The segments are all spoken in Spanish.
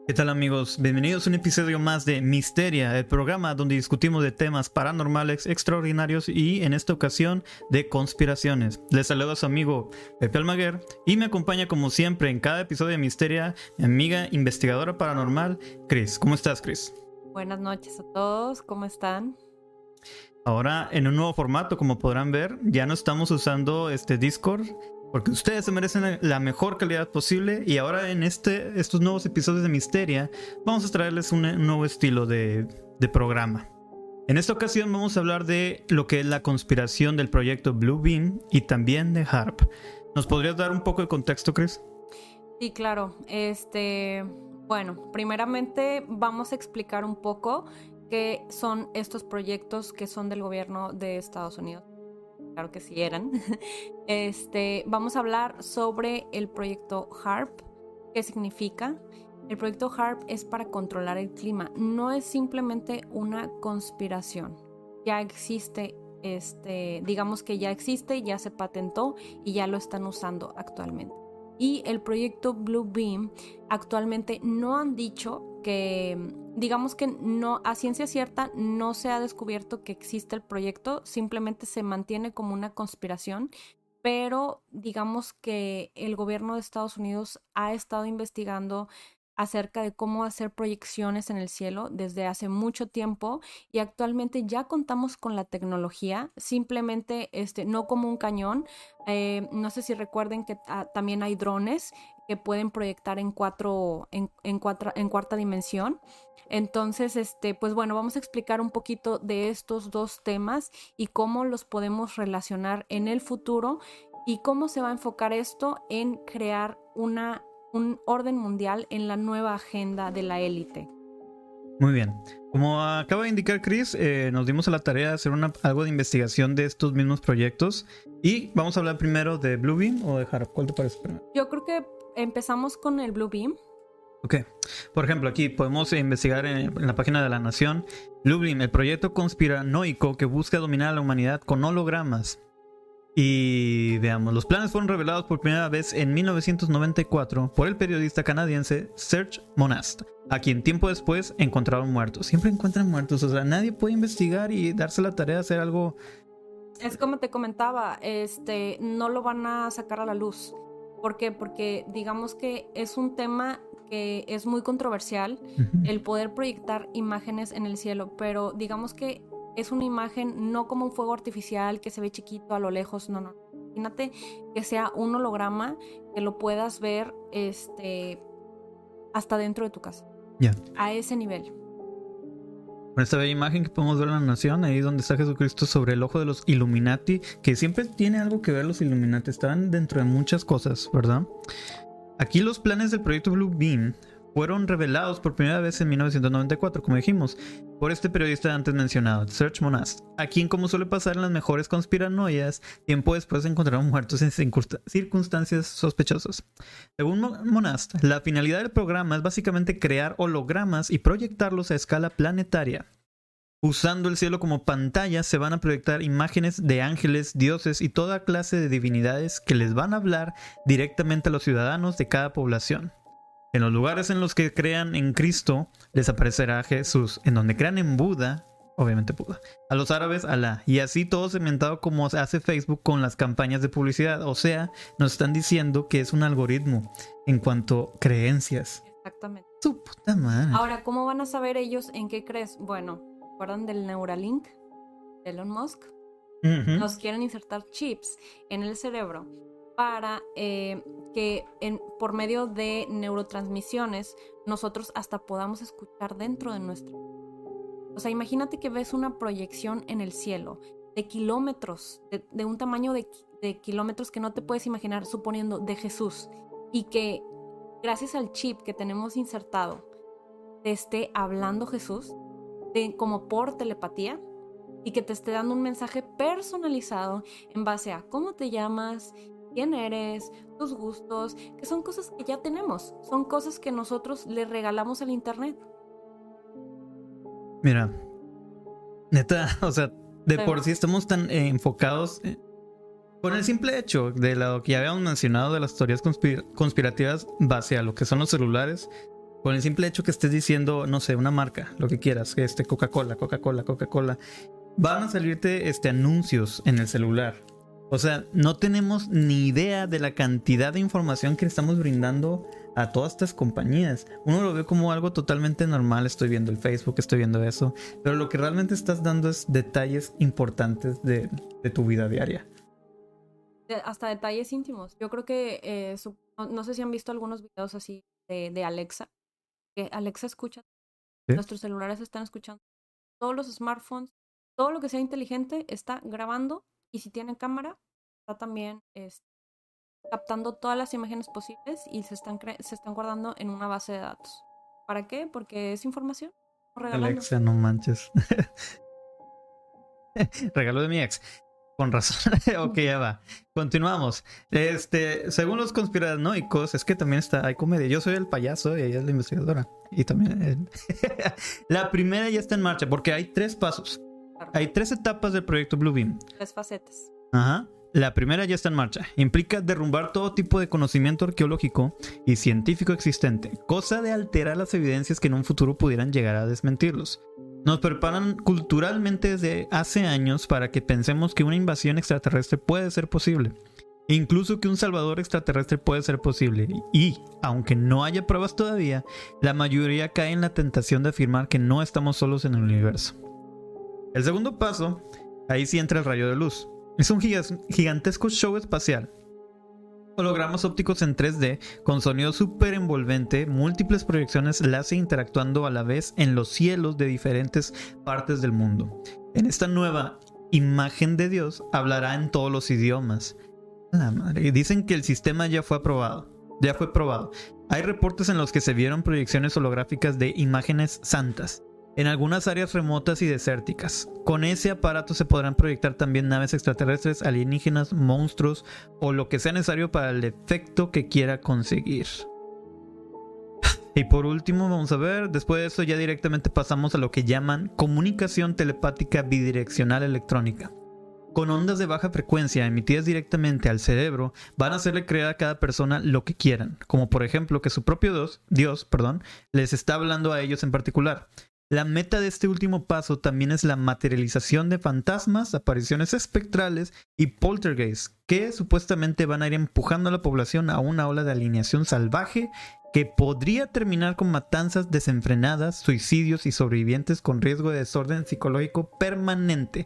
¿Qué tal, amigos? Bienvenidos a un episodio más de Misteria, el programa donde discutimos de temas paranormales, extraordinarios y, en esta ocasión, de conspiraciones. Les saluda a su amigo Pepe Almaguer y me acompaña como siempre en cada episodio de Misteria mi amiga investigadora paranormal, Chris. ¿Cómo estás, Chris? Buenas noches a todos, ¿cómo están? Ahora en un nuevo formato, como podrán ver, ya no estamos usando Discord, porque ustedes se merecen la mejor calidad posible. Y ahora en estos nuevos episodios de Misteria vamos a traerles un nuevo estilo de programa. En esta ocasión vamos a hablar de lo que es la conspiración del proyecto Blue Beam y también de HAARP. ¿Nos podrías dar un poco de contexto, Chris? Sí, claro. Bueno, primeramente vamos a explicar un poco qué son estos proyectos que son del gobierno de Estados Unidos. Claro que sí eran. Vamos a hablar sobre el proyecto HAARP. ¿Qué significa? El proyecto HAARP es para controlar el clima. No es simplemente una conspiración. Ya existe, digamos que ya existe, ya se patentó y ya lo están usando actualmente. Y el proyecto Blue Beam actualmente no han dicho que, digamos que no, a ciencia cierta no se ha descubierto que existe el proyecto, simplemente se mantiene como una conspiración, pero digamos que el gobierno de Estados Unidos ha estado investigando acerca de cómo hacer proyecciones en el cielo desde hace mucho tiempo y actualmente ya contamos con la tecnología, simplemente no como un cañón. No sé si recuerden que también hay drones que pueden proyectar en cuarta dimensión. Entonces, pues bueno, vamos a explicar un poquito de estos dos temas y cómo los podemos relacionar en el futuro y cómo se va a enfocar esto en crear un orden mundial en la nueva agenda de la élite. Muy bien. Como acaba de indicar Chris, nos dimos a la tarea de hacer algo de investigación de estos mismos proyectos. Y vamos a hablar primero de Blue Beam o de HAARP. ¿Cuál te parece primero? Yo creo que empezamos con el Blue Beam. Ok. Por ejemplo, aquí podemos investigar en la página de La Nación. Blue Beam, el proyecto conspiranoico que busca dominar a la humanidad con hologramas. Y veamos, los planes fueron revelados por primera vez en 1994 por el periodista canadiense Serge Monast, a quien tiempo después encontraron muertos. Siempre encuentran muertos, o sea, nadie puede investigar y darse la tarea de hacer algo. Es como te comentaba, no lo van a sacar a la luz. ¿Por qué? Porque digamos que es un tema que es muy controversial, el poder proyectar imágenes en el cielo, pero digamos que es una imagen no como un fuego artificial que se ve chiquito a lo lejos, no. Imagínate que sea un holograma que lo puedas ver hasta dentro de tu casa. Yeah. A ese nivel. Con esta bella imagen que podemos ver en La Nación, ahí donde está Jesucristo sobre el ojo de los Illuminati, que siempre tiene algo que ver los Illuminati, estaban dentro de muchas cosas, ¿verdad? Aquí los planes del proyecto Blue Beam fueron revelados por primera vez en 1994, como dijimos, por este periodista antes mencionado, Serge Monast, a quien, como suele pasar en las mejores conspiranoias, tiempo después encontraron muertos en circunstancias sospechosas. Según Monast, la finalidad del programa es básicamente crear hologramas y proyectarlos a escala planetaria. Usando el cielo como pantalla, se van a proyectar imágenes de ángeles, dioses y toda clase de divinidades que les van a hablar directamente a los ciudadanos de cada población. En los lugares en los que crean en Cristo, les aparecerá Jesús. En donde crean en Buda, obviamente Buda. A los árabes, Alá. Y así todo segmentado como se hace Facebook con las campañas de publicidad. O sea, nos están diciendo que es un algoritmo en cuanto a creencias. Exactamente. Su puta madre. Ahora, ¿cómo van a saber ellos en qué crees? Bueno, ¿recuerdan del Neuralink de Elon Musk? Nos quieren insertar chips en el cerebro para que por medio de neurotransmisiones nosotros hasta podamos escuchar dentro de nuestro. O sea, imagínate que ves una proyección en el cielo de kilómetros, de un tamaño de kilómetros que no te puedes imaginar, suponiendo de Jesús, y que gracias al chip que tenemos insertado te esté hablando Jesús como por telepatía y que te esté dando un mensaje personalizado en base a cómo te llamas, quién eres, tus gustos, que son cosas que ya tenemos, son cosas que nosotros le regalamos al internet. Mira, neta, o sea, de por sí estamos tan enfocados con el simple hecho de lo que ya habíamos mencionado de las teorías conspirativas base a lo que son los celulares. Con el simple hecho que estés diciendo, no sé, una marca, lo que quieras, Coca-Cola, Coca-Cola, Coca-Cola, van a salirte anuncios en el celular. O sea, no tenemos ni idea de la cantidad de información que le estamos brindando a todas estas compañías. Uno lo ve como algo totalmente normal. Estoy viendo el Facebook, estoy viendo eso. Pero lo que realmente estás dando es detalles importantes de tu vida diaria. Hasta detalles íntimos. Yo creo que, no sé si han visto algunos videos así de Alexa. Que Alexa escucha. ¿Sí? Nuestros celulares están escuchando. Todos los smartphones, todo lo que sea inteligente está grabando. Y si tiene cámara, está también captando todas las imágenes posibles y se están guardando en una base de datos. ¿Para qué? Porque es información. Regalando. Alexa, no manches. Regalo de mi ex. Con razón. Ok, ya va. Continuamos. Según los conspiranoicos, es que también hay comedia. Yo soy el payaso y ella es la investigadora. Y también la primera ya está en marcha porque hay 3 pasos. Claro. Hay 3 etapas del proyecto Bluebeam. 3 facetas. Ajá. La primera ya está en marcha. Implica derrumbar todo tipo de conocimiento arqueológico y científico existente, cosa de alterar las evidencias que en un futuro pudieran llegar a desmentirlos. Nos preparan culturalmente desde hace años para que pensemos que una invasión extraterrestre puede ser posible. Incluso que un salvador extraterrestre puede ser posible. Y, aunque no haya pruebas todavía, la mayoría cae en la tentación de afirmar que no estamos solos en el universo. El segundo paso, ahí sí entra el rayo de luz. Es un gigantesco show espacial. Hologramas ópticos en 3D con sonido súper envolvente, múltiples proyecciones láser interactuando a la vez en los cielos de diferentes partes del mundo. En esta nueva imagen de Dios hablará en todos los idiomas. La madre. Dicen que el sistema ya fue probado. Hay reportes en los que se vieron proyecciones holográficas de imágenes santas en algunas áreas remotas y desérticas. Con ese aparato se podrán proyectar también naves extraterrestres, alienígenas, monstruos o lo que sea necesario para el efecto que quiera conseguir. Y por último, vamos a ver, después de eso ya directamente pasamos a lo que llaman comunicación telepática bidireccional electrónica. Con ondas de baja frecuencia emitidas directamente al cerebro, van a hacerle creer a cada persona lo que quieran, como por ejemplo que su propio Dios, les está hablando a ellos en particular. La meta de este último paso también es la materialización de fantasmas, apariciones espectrales y poltergeists que supuestamente van a ir empujando a la población a una ola de alineación salvaje que podría terminar con matanzas desenfrenadas, suicidios y sobrevivientes con riesgo de desorden psicológico permanente.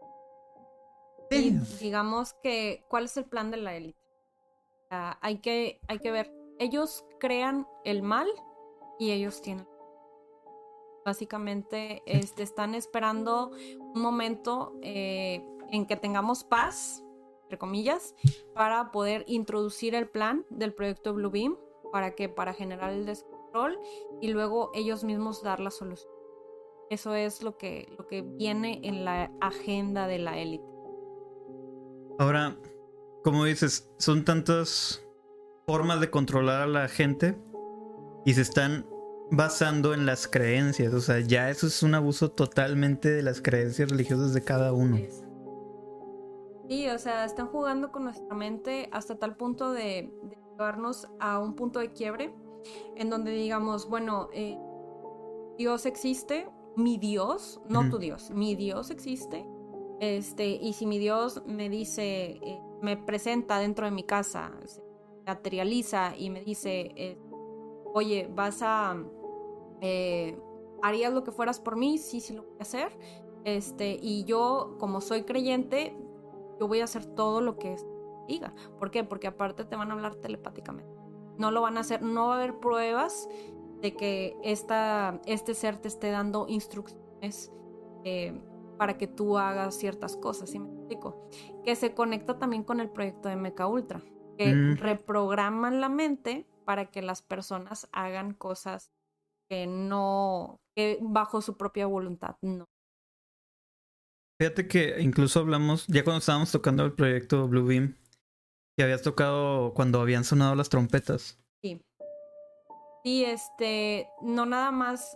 Y digamos que, ¿cuál es el plan de la élite? Hay que ver, ellos crean el mal y ellos tienen. Básicamente están esperando un momento en que tengamos paz, entre comillas, para poder introducir el plan del proyecto Bluebeam. ¿Para qué? Para generar el descontrol y luego ellos mismos dar la solución. Eso es lo que viene en la agenda de la élite. Ahora, como dices, son tantas formas de controlar a la gente y se están basando en las creencias. O sea, ya eso es un abuso totalmente de las creencias religiosas de cada uno. Sí, o sea, están jugando con nuestra mente hasta tal punto de llevarnos a un punto de quiebre en donde digamos, bueno, Dios existe, mi Dios, no tu Dios, mi Dios existe. Y si mi Dios me dice, me presenta dentro de mi casa, se materializa y me dice, oye, vas a, harías lo que fueras por mí, sí lo voy a hacer, y yo, como soy creyente, yo voy a hacer todo lo que diga. ¿Por qué? Porque aparte te van a hablar telepáticamente. No lo van a hacer, no va a haber pruebas de que este ser te esté dando instrucciones, para que tú hagas ciertas cosas, ¿sí me explico? Que se conecta también con el proyecto de Mecha Ultra, que reprograman la mente para que las personas hagan cosas que bajo su propia voluntad, no. Fíjate que incluso hablamos, ya cuando estábamos tocando el proyecto Bluebeam, que habías tocado cuando habían sonado las trompetas. Sí. Sí, no nada más,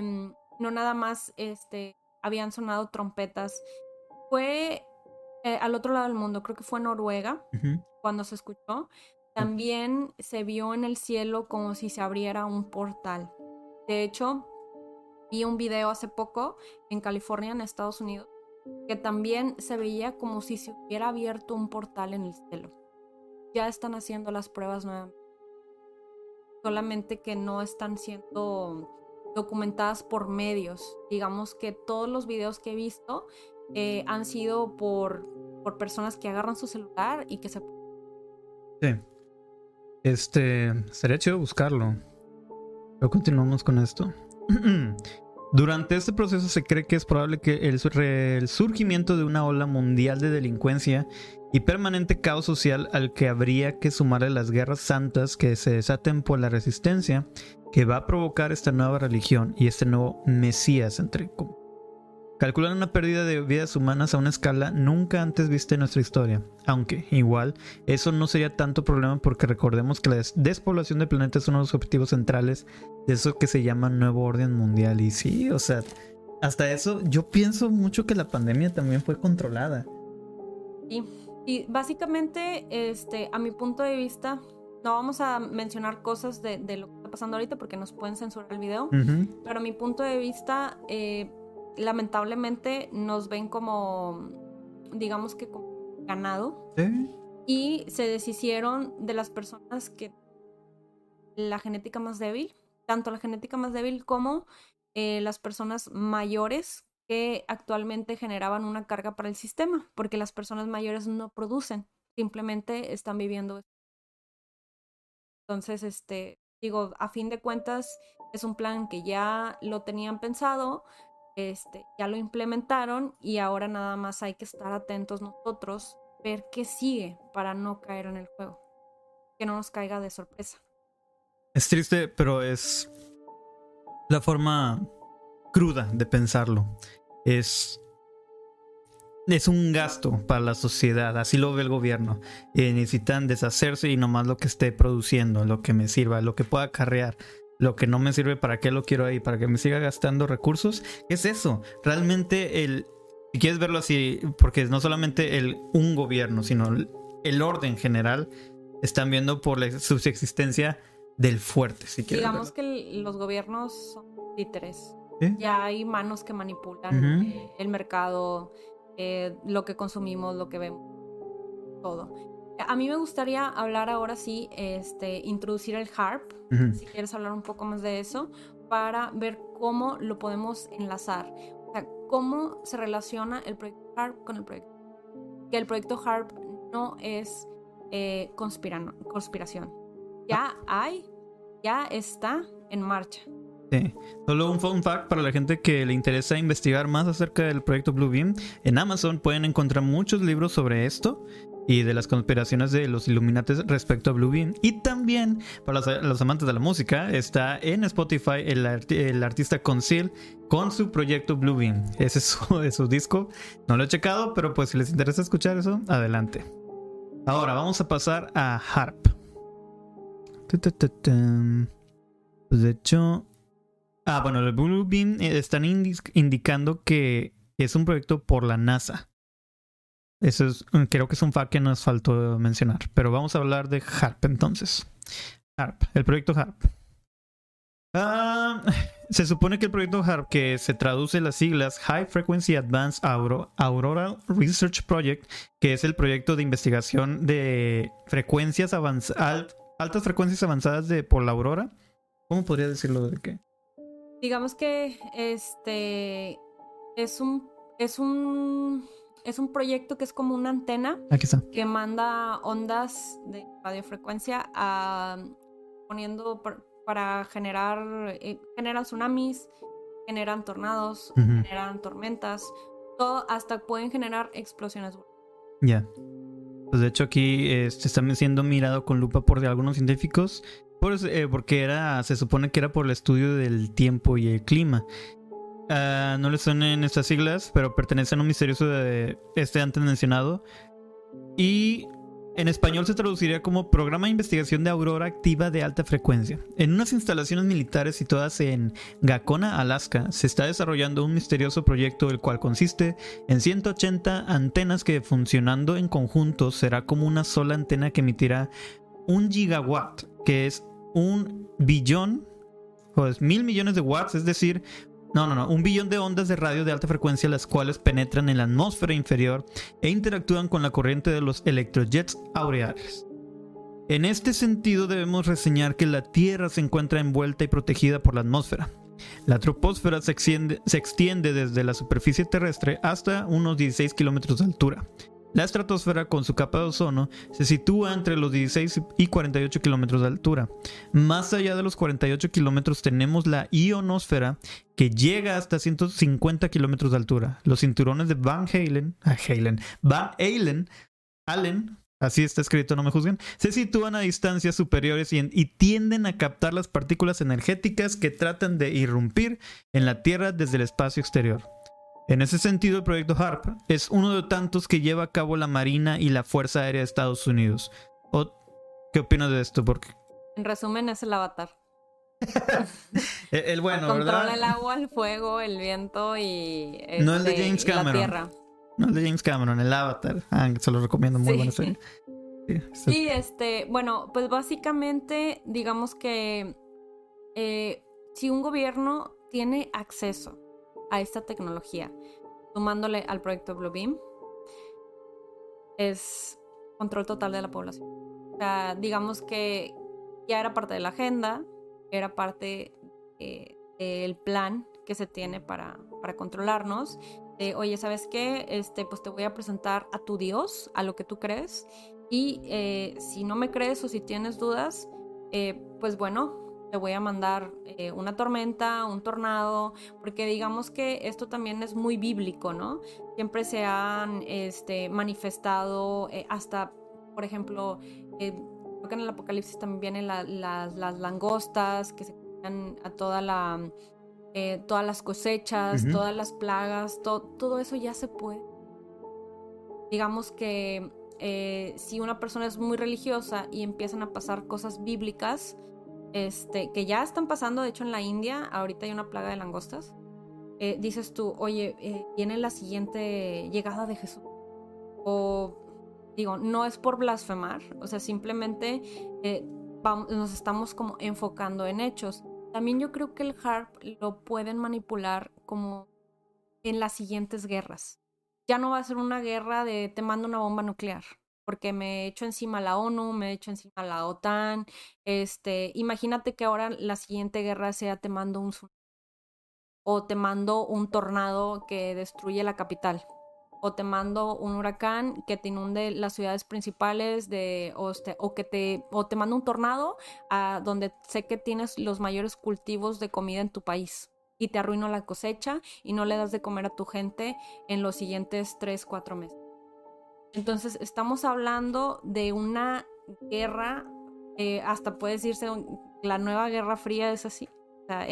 habían sonado trompetas. Fue al otro lado del mundo, creo que fue Noruega, cuando se escuchó. También se vio en el cielo como si se abriera un portal. De hecho, vi un video hace poco en California, en Estados Unidos, que también se veía como si se hubiera abierto un portal en el cielo. Ya están haciendo las pruebas nuevamente. Solamente que no están siendo documentadas por medios. Digamos que todos los videos que he visto han sido por personas que agarran su celular y que se... Sí. Sería chido buscarlo. Pero continuamos con esto. Durante este proceso se cree que es probable que el surgimiento de una ola mundial de delincuencia y permanente caos social al que habría que sumarle las guerras santas que se desaten por la resistencia que va a provocar esta nueva religión y este nuevo Mesías, entre comillas. Calculan una pérdida de vidas humanas a una escala nunca antes vista en nuestra historia, aunque igual eso no sería tanto problema porque recordemos que la despoblación del planeta es uno de los objetivos centrales de eso que se llama nuevo orden mundial. Y sí, o sea, hasta eso yo pienso mucho que la pandemia también fue controlada. Y básicamente, a mi punto de vista, no vamos a mencionar cosas de lo que está pasando ahorita porque nos pueden censurar el video, pero a mi punto de vista, lamentablemente nos ven como, digamos que como ganado. ¿Sí? Y se deshicieron de las personas que la genética más débil, tanto la genética más débil como las personas mayores que actualmente generaban una carga para el sistema, porque las personas mayores no producen, simplemente están viviendo. Entonces, digo, a fin de cuentas, es un plan que ya lo tenían pensado, ya lo implementaron y ahora nada más hay que estar atentos nosotros, ver qué sigue para no caer en el juego, que no nos caiga de sorpresa. Es triste, pero es la forma cruda de pensarlo. Es un gasto para la sociedad, así lo ve el gobierno. Necesitan deshacerse y nomás lo que esté produciendo, lo que me sirva, lo que pueda acarrear. Lo que no me sirve, ¿para qué lo quiero ahí? ¿Para que me siga gastando recursos? ¿Qué es eso? Realmente si quieres verlo así, porque no solamente un gobierno, sino el orden general, están viendo por la subsistencia del fuerte, si quieres Digamos verlo. Que los gobiernos son títeres. ¿Sí? Ya hay manos que manipulan el mercado, lo que consumimos, lo que vemos, todo. A mí me gustaría hablar ahora sí, introducir el HARP, si quieres hablar un poco más de eso, para ver cómo lo podemos enlazar. O sea, cómo se relaciona el proyecto HARP con el proyecto. Que el proyecto HARP no es conspiración. Ya está en marcha. Sí. Solo un fun fact para la gente que le interesa investigar más acerca del proyecto Bluebeam. En Amazon pueden encontrar muchos libros sobre esto y de las conspiraciones de los Illuminati respecto a Bluebeam. Y también, para los amantes de la música, está en Spotify el artista Conceal con su proyecto Bluebeam. Ese es su disco. No lo he checado, pero pues si les interesa escuchar eso, adelante. Ahora vamos a pasar a HARP. Pues de hecho... bueno, el Bluebeam están indicando que es un proyecto por la NASA. Eso creo que es un fact que nos faltó mencionar. Pero vamos a hablar de HARP entonces. HARP, el proyecto HARP. Se supone que el proyecto HARP, que se traduce en las siglas High Frequency Advanced Auroral Research Project, que es el proyecto de investigación de frecuencias altas frecuencias avanzadas por la aurora. ¿Cómo podría decirlo de qué? Digamos que es un proyecto que es como una antena. Aquí está. Que manda ondas de radiofrecuencia poniendo para generar tsunamis, generan tornados, generan tormentas, todo, hasta pueden generar explosiones. Ya. Pues de hecho aquí está siendo mirado con lupa por algunos científicos porque se supone que era por el estudio del tiempo y el clima. No les suenen estas siglas, pero pertenecen a un misterioso de antes mencionado. Y en español se traduciría como Programa de Investigación de Aurora Activa de Alta Frecuencia. En unas instalaciones militares situadas en Gacona, Alaska, se está desarrollando un misterioso proyecto, el cual consiste en 180 antenas que, funcionando en conjunto, será como una sola antena que emitirá 1 gigawatt, que es 1 billón. Pues 1.000 millones de watts, es decir, no, 1 billón de ondas de radio de alta frecuencia, las cuales penetran en la atmósfera inferior e interactúan con la corriente de los electrojets aureales. En este sentido, debemos reseñar que la Tierra se encuentra envuelta y protegida por la atmósfera. La troposfera se extiende desde la superficie terrestre hasta unos 16 kilómetros de altura. La estratosfera, con su capa de ozono, se sitúa entre los 16 y 48 kilómetros de altura. Más allá de los 48 kilómetros tenemos la ionosfera, que llega hasta 150 kilómetros de altura. Los cinturones de Van Allen, así está escrito, no me juzguen, se sitúan a distancias superiores y tienden a captar las partículas energéticas que tratan de irrumpir en la Tierra desde el espacio exterior. En ese sentido, el proyecto HARP es uno de tantos que lleva a cabo la Marina y la Fuerza Aérea de Estados Unidos. ¿Qué opinas de esto? Porque en resumen, es el Avatar. el bueno, ¿verdad? Controla el agua, el fuego, el viento y no el de James Cameron. La tierra. No el de James Cameron, el Avatar. Se lo recomiendo, muy buena serie. Sí, bueno, pues básicamente, digamos que si un gobierno tiene acceso a esta tecnología, sumándole al proyecto Bluebeam, es control total de la población. O sea, digamos que ya era parte de la agenda, era parte del plan que se tiene para controlarnos. Oye, ¿sabes qué? Pues te voy a presentar a tu Dios, a lo que tú crees, y si no me crees o si tienes dudas, pues bueno, te voy a mandar una tormenta, un tornado, porque digamos que esto también es muy bíblico, ¿no? Siempre se han manifestado hasta, por ejemplo, creo que en el Apocalipsis también vienen las langostas que se comen a todas las cosechas, uh-huh, todas las plagas, todo eso ya se puede. Digamos que si una persona es muy religiosa y empiezan a pasar cosas bíblicas, que ya están pasando, de hecho en la India ahorita hay una plaga de langostas, dices tú, oye, viene la siguiente llegada de Jesús, o digo, no es por blasfemar, o sea, simplemente nos estamos como enfocando en hechos. También yo creo que el HARP lo pueden manipular como en las siguientes guerras. Ya no va a ser una guerra de te mando una bomba nuclear, porque me echo encima la ONU, me echo encima la OTAN. Imagínate que ahora la siguiente guerra sea te mando un tsunami, o te mando un tornado que destruye la capital, o te mando un huracán que te inunde las ciudades principales, o te mando un tornado a donde sé que tienes los mayores cultivos de comida en tu país y te arruino la cosecha y no le das de comer a tu gente en los siguientes 3-4 meses. Entonces estamos hablando de una guerra, hasta puede decirse la nueva Guerra Fría, es así. O sea,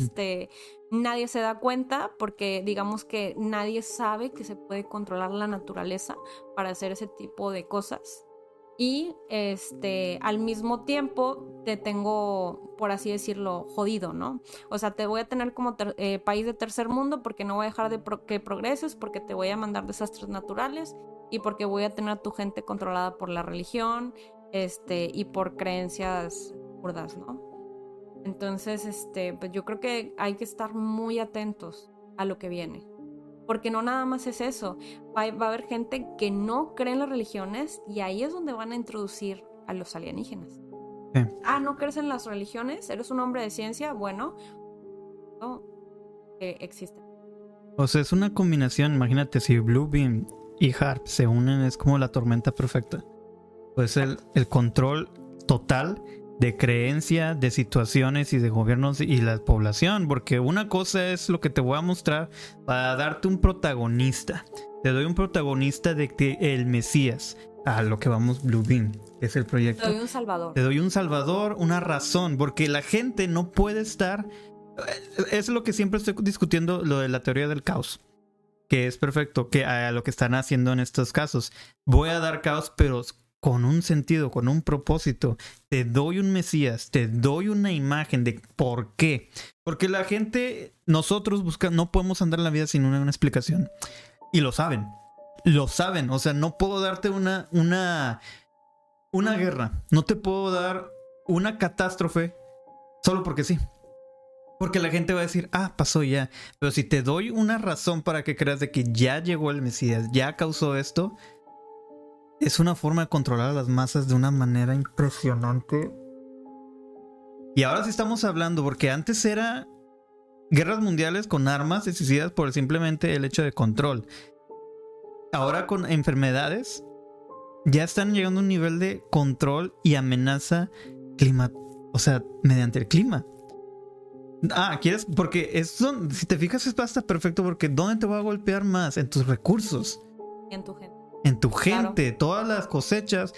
nadie se da cuenta porque digamos que nadie sabe que se puede controlar la naturaleza para hacer ese tipo de cosas. Y al mismo tiempo te tengo, por así decirlo, jodido, ¿no? O sea, te voy a tener como país de tercer mundo porque no voy a dejar que progreses, porque te voy a mandar desastres naturales y porque voy a tener a tu gente controlada por la religión y por creencias burdas, ¿no? Entonces, pues yo creo que hay que estar muy atentos a lo que viene. Porque no nada más es eso. Va a haber gente que no cree en las religiones y ahí es donde van a introducir a los alienígenas. Sí. ¿No crees en las religiones? ¿Eres un hombre de ciencia? Bueno, no, existen. O sea, es una combinación. Imagínate, si Bluebeam y HARP se unen, es como la tormenta perfecta. Pues el control total de creencia, de situaciones y de gobiernos y la población, porque una cosa es lo que te voy a mostrar para darte un protagonista. Te doy un protagonista de que el Mesías, a lo que vamos Bluebeam, que es el proyecto. Te doy un salvador. Te doy un salvador, una razón, porque la gente no puede estar. Es lo que siempre estoy discutiendo, lo de la teoría del caos, que es perfecto, que a lo que están haciendo en estos casos. Voy a dar caos, pero con un sentido, con un propósito. Te doy un Mesías, te doy una imagen de por qué. Porque la gente, nosotros no podemos andar en la vida sin una explicación. Y lo saben. Lo saben. O sea, no puedo darte una guerra. No te puedo dar una catástrofe solo porque sí. Porque la gente va a decir, pasó ya. Pero si te doy una razón para que creas de que ya llegó el Mesías, ya causó esto, es una forma de controlar a las masas de una manera impresionante. Y ahora sí estamos hablando, porque antes era guerras mundiales con armas decididas por simplemente el hecho de control. Ahora con enfermedades ya están llegando a un nivel de control y amenaza mediante el clima. ¿Quieres? Porque eso, si te fijas, es bastante perfecto, porque ¿dónde te va a golpear más? En tus recursos. Y en tu gente. En tu gente, claro. Todas las cosechas,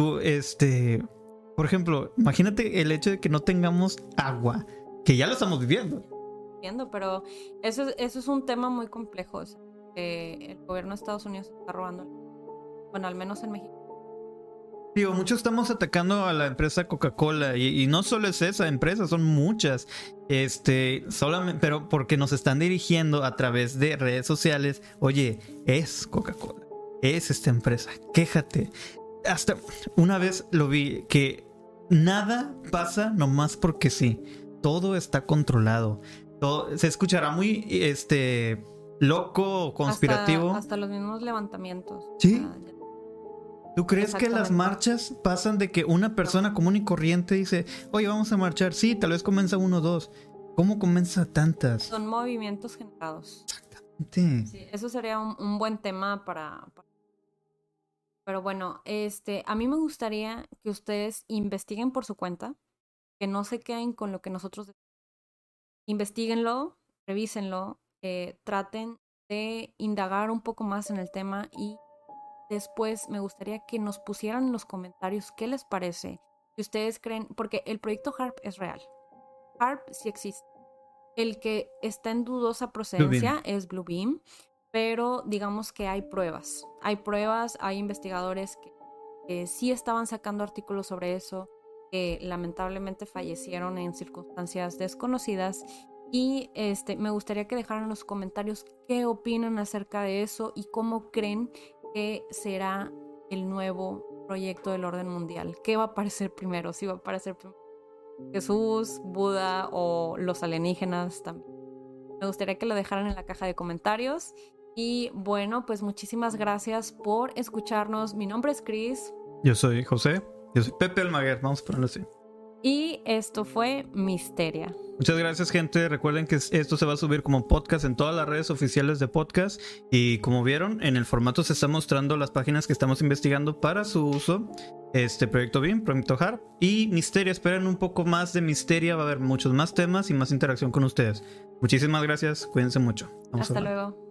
por ejemplo, imagínate el hecho de que no tengamos agua, que ya lo estamos viviendo. Pero eso es un tema muy complejo. O sea, el gobierno de Estados Unidos está robando. Bueno, al menos en México. Digo, muchos estamos atacando a la empresa Coca-Cola y no solo es esa empresa, son muchas. Solamente, pero porque nos están dirigiendo a través de redes sociales. Oye, es Coca-Cola, es esta empresa, quéjate. Hasta una vez lo vi, que nada pasa nomás porque sí. Todo está controlado. Todo, se escuchará muy loco, conspirativo. Hasta los mismos levantamientos. Sí. ¿Tú crees que las marchas pasan de que una persona común y corriente dice, oye, vamos a marchar? Sí, tal vez comienza 1 o 2. ¿Cómo comienza tantas? Son movimientos generados. Exactamente. Sí, eso sería un buen tema para... Pero bueno, a mí me gustaría que ustedes investiguen por su cuenta, que no se queden con lo que nosotros decimos. Investíguenlo, revísenlo, traten de indagar un poco más en el tema y después me gustaría que nos pusieran en los comentarios qué les parece, si ustedes creen, porque el proyecto HAARP es real. HAARP sí existe. El que está en dudosa procedencia es Bluebeam, pero digamos que hay pruebas. Hay investigadores que sí estaban sacando artículos sobre eso, que lamentablemente fallecieron en circunstancias desconocidas. Y me gustaría que dejaran en los comentarios qué opinan acerca de eso y cómo creen que será el nuevo proyecto del orden mundial. ¿Qué va a aparecer primero? ¿Si va a aparecer primero Jesús, Buda o los alienígenas también? Me gustaría que lo dejaran en la caja de comentarios. Y bueno, pues muchísimas gracias por escucharnos. Mi nombre es Chris. Yo soy José. Yo soy Pepe Almaguer. Vamos a ponerlo así. Y esto fue Misteria. Muchas gracias, gente. Recuerden que esto se va a subir como podcast en todas las redes oficiales de podcast. Y como vieron, en el formato se está mostrando las páginas que estamos investigando para su uso. Proyecto BEAM, Proyecto HAARP y Misteria. Esperen un poco más de Misteria. Va a haber muchos más temas y más interacción con ustedes. Muchísimas gracias. Cuídense mucho. Hasta luego.